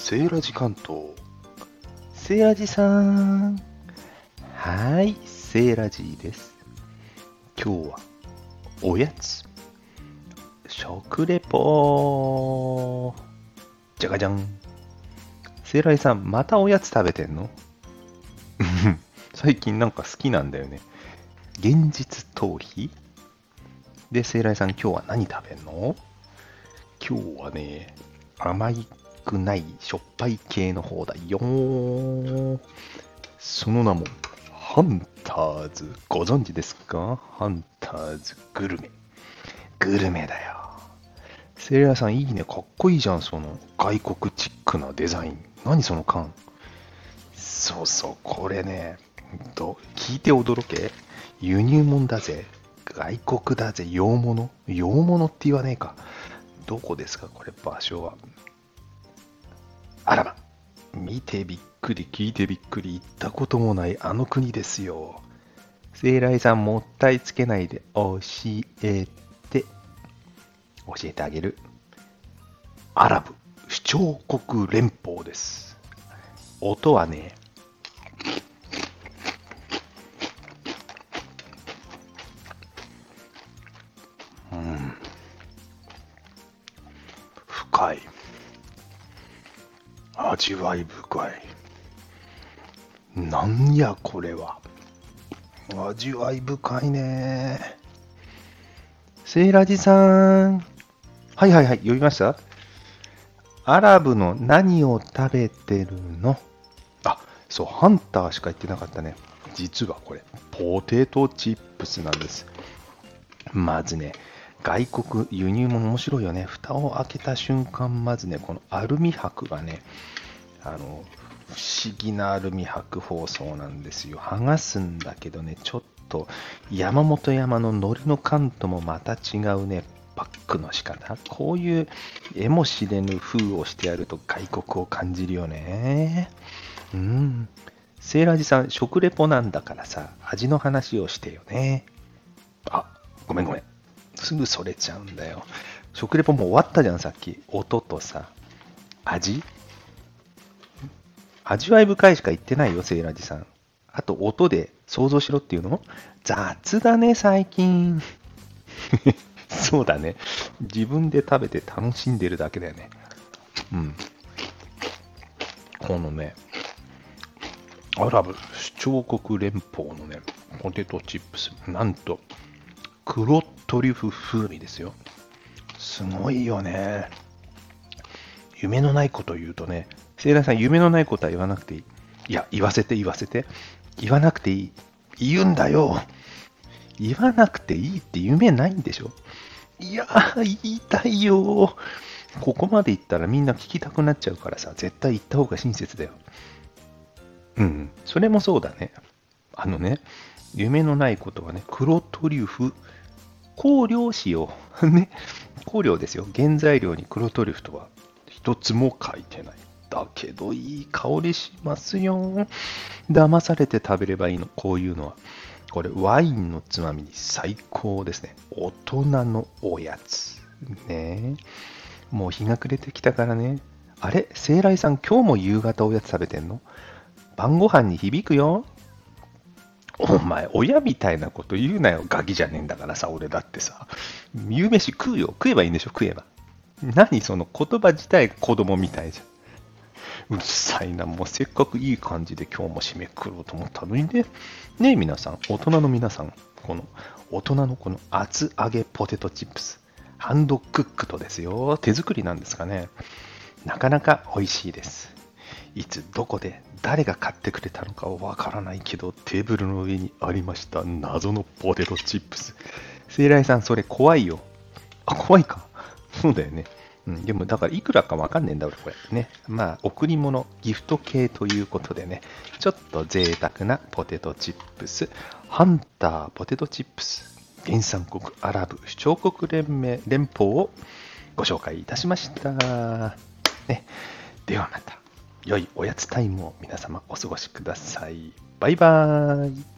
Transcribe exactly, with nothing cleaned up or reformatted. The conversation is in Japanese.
セーラジ関東。セーラジさん。はい、セーラジです。今日はおやつ。食レポ。じゃがじゃん。セーラジさん、またおやつ食べてんの？最近なんか好きなんだよね。現実逃避で、セーラジさん、今日は何食べんの？今日はね、甘くないしょっぱい系の方だよ。その名もハンターズ。ご存知ですか？ハンターズグルメ。グルメだよ。セーラーさんいいね。かっこいいじゃん。その外国チックなデザイン。何その缶。そうそう。これね。と聞いて驚け。輸入物だぜ。外国だぜ。洋物。洋物って言わねえか。どこですかこれ場所は。あらま。見てびっくり、聞いてびっくり、行ったこともないあの国ですよ。セイライさんもったいつけないで教えて、教えてあげる。アラブ首長国連邦です。音はね、うん、深い。味わい深い。なんやこれは。味わい深いね。セイラジさん。はいはいはい、読みました？アラブの何を食べてるの？あ、そう、ハンターしか言ってなかったね。実はこれ、ポテトチップスなんです。まずね、外国輸入も面白いよね。蓋を開けた瞬間、まずね、このアルミ箔がね、あの、不思議なアルミ箔包装なんですよ。剥がすんだけどね、ちょっと山本山の海苔の缶ともまた違うね、パックの仕方。こういう絵も知れぬ風をしてやると外国を感じるよね。うん。セーラージさん、食レポなんだからさ、味の話をしてよね。あ、ごめんごめん。すぐそれちゃうんだよ。食レポもう終わったじゃん、さっき。音とさ、味味わい深いしか言ってないよ、セイラジさん。あと、音で想像しろっていうの？雑だね、最近。そうだね。自分で食べて楽しんでるだけだよね。うん。このね、アラブ首長国連邦のね、ポテトチップス。なんと、黒トリュフ風味ですよ。すごいよね。夢のないこと言うとね、セイラさん、夢のないことは言わなくていい。いや、言わせて言わせて。言わなくていい。言うんだよ。言わなくていいって夢ないんでしょ？いやー、言いたいよ。ここまで言ったらみんな聞きたくなっちゃうからさ、絶対言った方が親切だよ。うん、それもそうだね。あのね、夢のないことはね、黒トリュフ、香料使用。ね、香料ですよ。原材料に黒トリュフとは一つも書いてない。だけどいい香りしますよ。騙されて食べればいいの、こういうのは。これワインのつまみに最高ですね。大人のおやつ。ね。もう日が暮れてきたからね。あれ、セイライさん、今日も夕方おやつ食べてんの？晩ご飯に響くよ。お前、親みたいなこと言うなよ。ガキじゃねえんだからさ、俺だってさ。夕飯食うよ。食えばいいんでしょ、食えば。何その言葉自体子供みたいじゃん。うるさいな、もうせっかくいい感じで今日も締めくくろうと思ったのにね。ねえ皆さん、大人の皆さん、この大人のこの厚揚げポテトチップス、ハンドクックとですよ、手作りなんですかね。なかなか美味しいです。いつどこで誰が買ってくれたのかはわからないけど、テーブルの上にありました謎のポテトチップス。セイライさん、それ怖いよ。あ、怖いか。そうだよね。うん、でも、だから、いくらかわかんねえんだ、俺、これ。ね。まあ、贈り物、ギフト系ということでね、ちょっと贅沢なポテトチップス、ハンターポテトチップス、原産国アラブ首長国連盟連邦をご紹介いたしました。ね。ではまた、良いおやつタイムを皆様お過ごしください。バイバーイ。